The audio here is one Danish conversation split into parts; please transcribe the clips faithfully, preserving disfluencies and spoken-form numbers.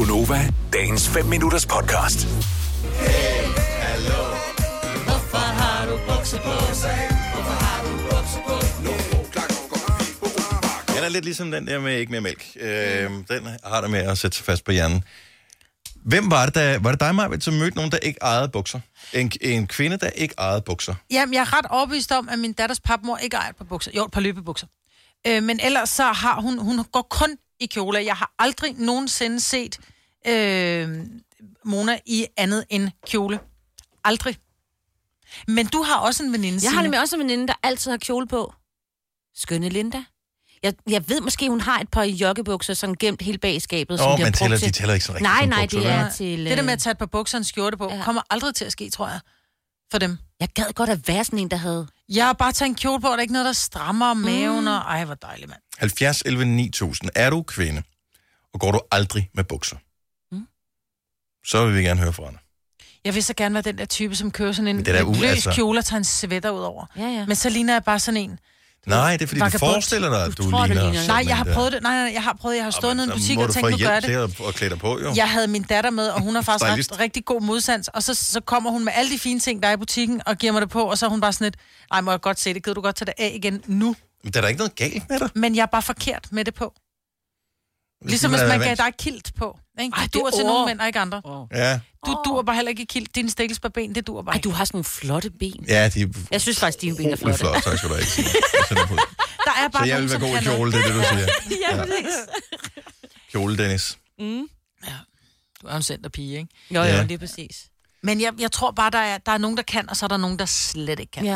Gunova, dagens fem minutters podcast. Hey, hallo. Hvorfor har du bukser på? Hvorfor har du bukser på? Den er lidt ligesom den der med ikke mere mælk. Øh, den har der med at sætte sig fast på hjernen. Hvem var det, der... Var det dig, Maja, som mødte nogen, der ikke ejede bukser? En, en kvinde, der ikke ejede bukser? Jamen, jeg er ret overbevist om, at min datters papmor ikke ejer et par bukser. Jo, et par løbebukser. Øh, men ellers så har hun... Hun går kun i kjoler. Jeg har aldrig nogensinde set øh, Mona i andet end kjole. Aldrig. Men du har også en veninde, Jeg har nemlig også en veninde, der altid har kjole på. Skønne Linda. Jeg, jeg ved måske, hun har et par joggebukser, som gemt helt bag i skabet. Åh, oh, men tæller, de tæller ikke så rigtigt nej, som nej, bukser. det er vel? til... Det der med at tage et par bukser og en skjorte på, ja. kommer aldrig til at ske, tror jeg, for dem. Jeg gad godt at være sådan en, der havde... Jeg har bare taget en kjole på, og der er ikke noget, der strammer maven, mm. og ej, hvor dejligt, mand. halvfjerds elleve ni tusind. Er du kvinde, og går du aldrig med bukser? Mm. Så vil vi gerne høre fra dig. Jeg vil så gerne være den der type, som kører sådan en det der u- løs altså... kjole og tager en sweater ud over. Ja, ja. Men så ligner jeg bare sådan en... Nej, det er fordi, du forestiller dig, at du, du tror, ligner... ligner. Nej, jeg har prøvet det. Nej, nej, jeg har prøvet, jeg har stået nede i en butik og tænkt, nu gør jeg det. Så må du få hjælp til at klæde dig på, jo. Jeg havde min datter med, og hun har faktisk ret, rigtig god modsans. Og så, så kommer hun med alle de fine ting, der er i butikken, og giver mig det på, og så er hun bare sådan lidt, ej, må jeg godt se det, gider du godt tage det af igen nu? Men der er da ikke noget galt med dig. Men jeg er bare forkert med det på. Ligesom hvis man gav dig kilt på. Ikke? Ej, Du duer til nogle mænd, og ikke andre. Oh. Ja. Du duer bare heller ikke i kilt. Dine stikkelsbærben, det duer bare Ej, ikke. du har sådan nogle flotte ben. Ja, de... Jeg synes faktisk, dine ben er flotte. Flot, tak skal du ikke sige. Der er bare så jeg vil være god i kjole, det er det, du siger. Ja, præcis. Kjole, Dennis. Mm. Ja, du er jo en centerpige, ikke? Jo, jo, Ja. det er præcis. Men jeg, jeg tror bare, der er, der er nogen, der kan, og så er der nogen, der slet ikke kan. Ja.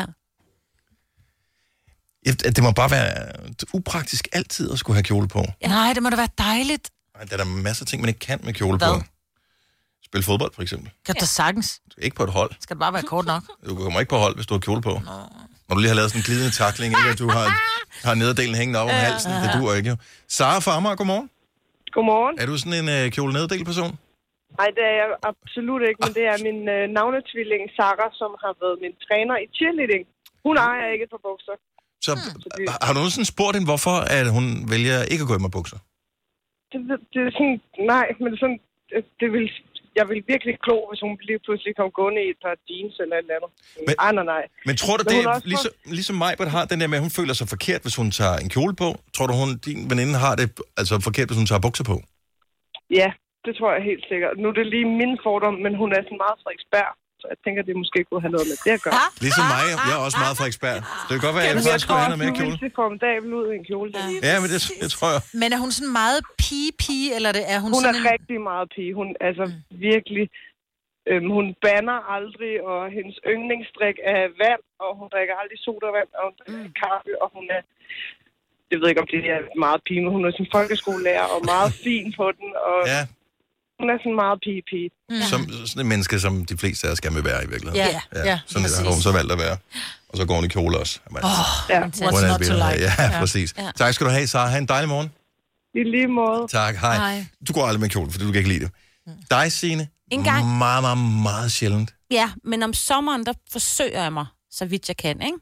Det må bare være upraktisk altid at skulle have kjole på. Ja. Nej, det må da være dejligt. Der er der masser af ting, man ikke kan med kjole Hvad? på. Spil fodbold, for eksempel. Kan du sagtens? Du er ikke på et hold. Skal det bare være kort nok? Du kommer ikke på hold, hvis du har kjole på. Nå. Når du lige har lavet sådan en glidende tackling, ikke? At du har, har nederdelen hængende op om halsen. Det duer ikke, jo. Sara fra Amager, godmorgen. Godmorgen. Er du sådan en øh, kjole neddel person? Nej, det er jeg absolut ikke, men det er min øh, navnetvilling, Sarah, som har været min træner i cheerleading. Hun ejer ikke et par bukser. Så hmm. har du nogensinde spurgt hende, hvorfor at hun vælger ikke at gå med bukser? Det, det er sådan, nej, men sådan, det, det vil, jeg vil virkelig klo, hvis hun lige pludselig kom gående i et par jeans eller et eller andet. Men, nej, nej, nej. Men tror du, men det er også ligesom, ligesom mig, har den der med, at hun føler sig forkert, hvis hun tager en kjole på? Tror du, hun, din veninde har det altså forkert, hvis hun tager bukser på? Ja, det tror jeg helt sikkert. Nu er det lige min fordom, men hun er sådan meget Frederiksberg. Så jeg tænker, det måske kunne have noget med det at gøre. Ligesom mig, jeg er også meget Frederiksberg. Det kan godt være, at jeg faktisk skulle have noget mere kjole. Jeg tror, hun ville se formidabel ud i en kjole. Ja, ja men det, det tror jeg. Men er hun sådan meget pige-pige, eller det er hun, hun sådan er en... rigtig meget pige. Hun altså mm. virkelig... Øhm, hun banner aldrig, og hendes yndlingsdrik er vand, og hun drikker aldrig sodavand, og hun drikker mm. kaffe, og hun er... Jeg ved ikke, om det er meget pige, men hun er sin folkeskolelærer, og meget fin på den, og... Ja. Hun er sådan meget pige-pige. Mm. Som sådan en menneske, som de fleste af os gerne vil være i virkeligheden. Ja, ja. ja sådan det har hun så valgt at være. Og så går hun i kjole også. Åh, oh, ja. What's not to like. Ja, ja, præcis. Ja. Tak skal du have, Sara. Ha' en dejlig morgen. I lige måde. Tak, hej. hej. Du går aldrig med kjole, fordi du kan ikke lide det. Mm. Dig, Signe? En gang. Meget, meget, meget sjældent. Ja, men om sommeren, der forsøger jeg mig, så vidt jeg kan, ikke?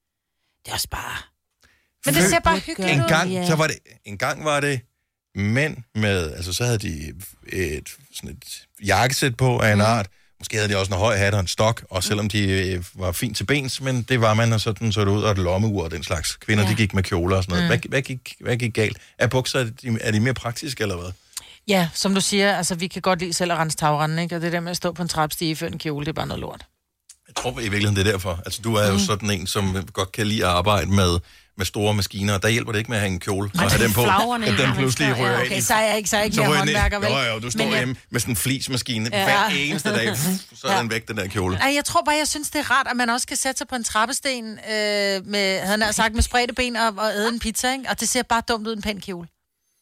Det er også bare... Men det ser bare hyggeligt ud. En gang, ja. så var det, en gang var det mænd med, altså så havde de et, sådan et jakkesæt på af en mm. art. Måske havde de også en høj hat og en stok, også selvom de var fint til bens, men det var man, og sådan så det ud, og et lommeur og den slags. Kvinder, ja. de gik med kjoler og sådan noget. Mm. Hvad, hvad, gik, hvad gik galt? Er bukser, er de, er de mere praktiske, eller hvad? Ja, som du siger, altså vi kan godt lide selv at rense tagrenden, ikke? Og det der med at stå på en trappestige før en kjole, det er bare noget lort. Jeg tror i virkeligheden, det er derfor. Altså, du er jo mm. sådan en, som godt kan lide at arbejde med, med store maskiner, og der hjælper det ikke med at have en kjole og have den på, at den pludselig rører ja, okay, ind. så er jeg ikke, så er jeg ikke mere håndværker, vel? Jo, jo, du står men, hjemme med sådan en flismaskine ja. hver eneste dag, så er ja. den væk, den der kjole. Ej, jeg tror bare, jeg synes, det er rart, at man også kan sætte sig på en trappesten, øh, med, havde han sagt, med spredte ben og, og æde en pizza, ikke? Og det ser bare dumt ud, en pæn kjole.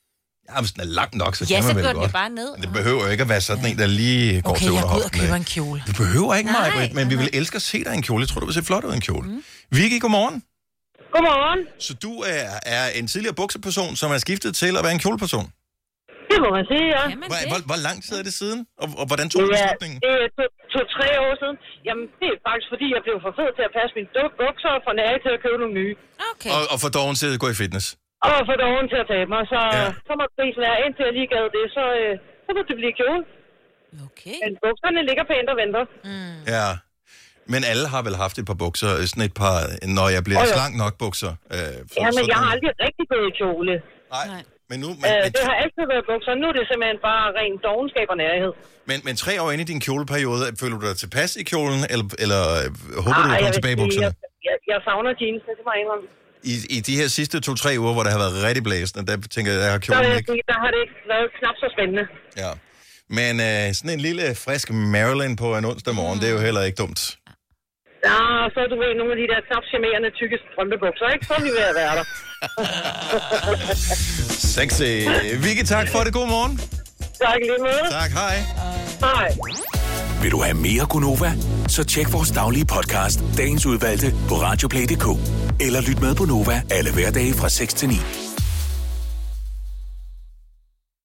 Ja, hvis den er langt nok, så ja, kan så man vel godt. Det bare ned. Men det behøver jo ikke at være sådan en, der lige går okay, til underhånden. Okay, jeg går ud og køber en kjole. Det behøver ikke mig, men vi vil elske at se dig i en kjole. Jeg tror, du vil se flot ud i en kjole. Mm. Vicky, godmorgen. Godmorgen. Så du er, er en tidligere bukseperson, som er skiftet til at være en kjoleperson? Det må man sige, ja. Hvor, hvor, hvor lang tid er det siden? Og, og hvordan tog du ja, beslutningen? Det er to, to-tre år siden. Jamen, det er faktisk fordi, jeg blev for fed til at passe mine bukser, og for nære til at købe nogle nye. Okay. Og, og for doven til at gå i fitness? Og for doven til at tabe mig. Så, ja. så må prisen være, indtil jeg lige gav det, så, øh, så må det blive kjole. Okay. Men bukserne ligger pænt og venter. Mm. Ja. Men alle har vel haft et par bukser, sådan et par, når jeg bliver Oh, ja. slank nok bukser. Øh, Ja, men jeg har aldrig rigtig gået i kjole. Nej, Nej. men nu... Men, Øh, men, det har altid været bukser. Nu er det simpelthen bare ren dovenskab og nærhed. men, men tre år inde i din kjoleperiode, føler du dig tilpas i kjolen, eller, eller øh, håber du, Ej, at jeg komme vil tilbage i sige, bukserne? Jeg, jeg, jeg savner jeans, det må jeg indrømme. I, I de her sidste to-tre uger, hvor det har været rigtig blæsende, der tænker jeg, at jeg har Så kjolen vil jeg ikke... sige, der har det ikke været knap så spændende. Ja. Men øh, sådan en lille frisk Marilyn på en onsdag morgen, mm. det er jo heller ikke dumt. Ja, så er du ved nogle af de der knap charmerende, tykke strømpebukser, ikke? Så er vi ved at være der. Sexy. Vicky, tak for det. God morgen. Tak lige med. Tak, hej. Hej. Vil du have mere Gunova? Så tjek vores daglige podcast, dagens udvalgte, på radioplay punktum d k. Eller lyt med på Nova alle hverdage fra seks til ni.